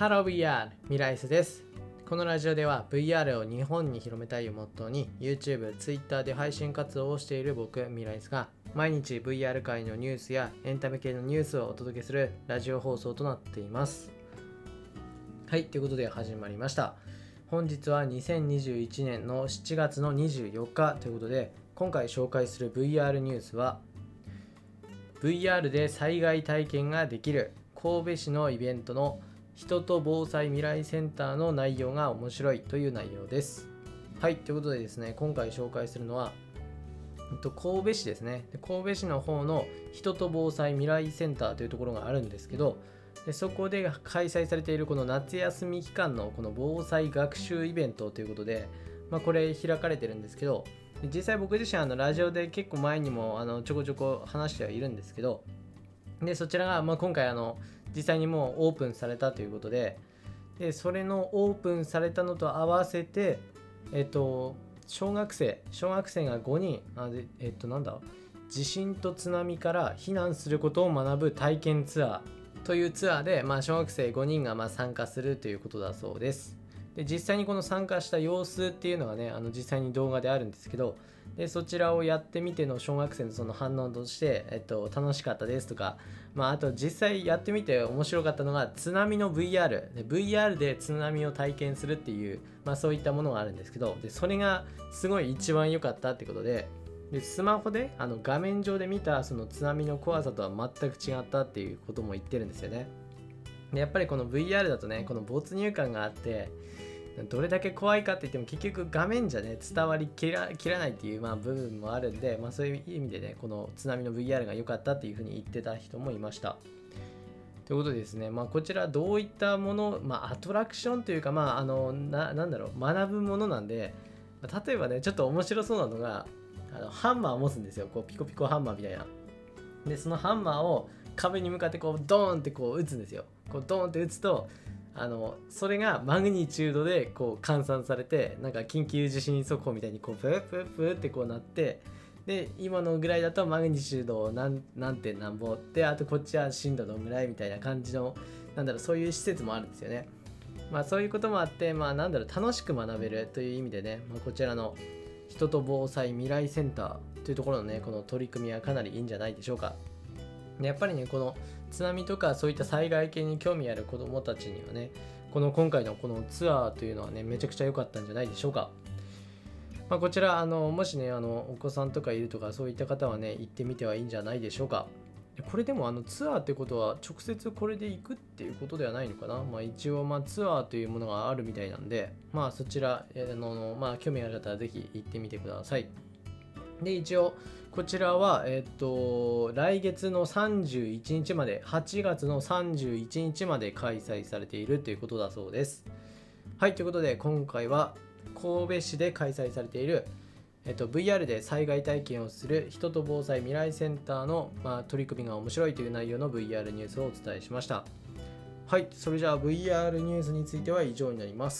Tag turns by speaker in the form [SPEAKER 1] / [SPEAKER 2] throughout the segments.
[SPEAKER 1] ハロー VR ミライスです。このラジオでは VR を日本に広めたいをモットーに YouTube、Twitter で配信活動をしている僕ミライスが毎日 VR 界のニュースやエンタメ系のニュースをお届けするラジオ放送となっています。はい、ということで始まりました。本日は2021年の7月の24日ということで、今回紹介する VR ニュースは VR で災害体験ができる神戸市のイベントの人と防災未来センターの内容が面白いという内容です。はい、ということでですね、今回紹介するのは神戸市ですね。神戸市の方の人と防災未来センターというところがあるんですけど、そこで開催されているこの夏休み期間のこの防災学習イベントということで、これ開かれてるんですけど、実際僕自身ラジオで結構前にもちょこちょこ話してはいるんですけど、でそちらが今回実際にもうオープンされたということで、それのオープンされたのと合わせて小学生が5人地震と津波から避難することを学ぶ体験ツアーというツアーで、小学生5人が参加するということだそうです。で実際にこの参加した様子っていうのがね実際に動画であるんですけど、でそちらをやってみての小学生のその反応として、楽しかったですとか、あと実際やってみて面白かったのが津波の VR で津波を体験するっていう、そういったものがあるんですけど、でそれがすごい一番良かったってことで、スマホで画面上で見たその津波の怖さとは全く違ったっていうことも言ってるんですよね。でやっぱりこの VR だとね、この没入感があって、どれだけ怖いかって言っても結局画面じゃね伝わりきらないっていう部分もあるんで、そういう意味でねこの津波の VR が良かったっていうふうに言ってた人もいました。ということでですね、こちらどういったもの、アトラクションというか学ぶものなんで、例えばねちょっと面白そうなのがハンマーを持つんですよ。こうピコピコハンマーみたいな。でそのハンマーを壁に向かってこうドーンってこう打つんですよ。こうドーンって打つとそれがマグニチュードでこう換算されて、なんか緊急地震速報みたいにこうプープープーってこうなって、で今のぐらいだとマグニチュード何点何ぼって、あとこっちは震度のぐらいみたいな感じのそういう施設もあるんですよね。そういうこともあって楽しく学べるという意味でね、こちらの人と防災未来センターというところのねこの取り組みはかなりいいんじゃないでしょうか。やっぱりねこの津波とかそういった災害系に興味ある子どもたちにはね今回のこのツアーというのはねめちゃくちゃ良かったんじゃないでしょうか。こちらもしねお子さんとかいるとかそういった方はね行ってみてはいいんじゃないでしょうか。これでもツアーってことは直接これで行くっていうことではないのかな。一応ツアーというものがあるみたいなんで、そちら興味ある方はぜひ行ってみてください。で一応こちらは来月の31日まで8月の31日まで開催されているということだそうです。はい、ということで今回は神戸市で開催されているVR で災害体験をする人と防災未来センターの、取り組みが面白いという内容の VR ニュースをお伝えしました。はい、それじゃあ VR ニュースについては以上になります。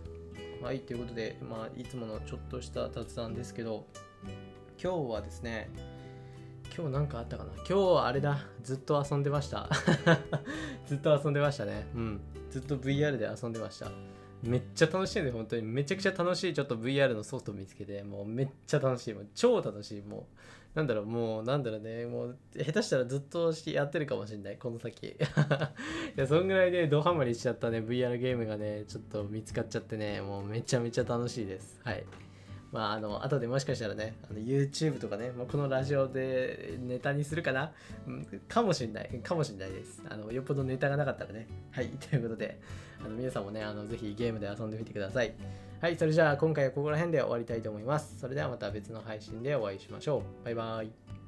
[SPEAKER 1] はい、ということで、いつものちょっとした雑談ですけど、今日はですね、今日なんかあったかな。今日はあれだ、ずっと遊んでましたずっと遊んでましたね。ずっと VR で遊んでました。めっちゃ楽しいんで、本当にめちゃくちゃ楽しいちょっと VR のソフト見つけて、もうめっちゃ楽しい、もう超楽しい、もう下手したらずっとやってるかもしれない、この先いやそんぐらいでドハマりしちゃったね VR ゲームがねちょっと見つかっちゃってね、もうめちゃめちゃ楽しいです。はい、後でもしかしたらねYouTube とかね、このラジオでネタにするかな、かもしれないです。よっぽどネタがなかったらね。はい、ということで皆さんもねぜひゲームで遊んでみてください。はい、それじゃあ今回はここら辺で終わりたいと思います。それではまた別の配信でお会いしましょう。バイバイ。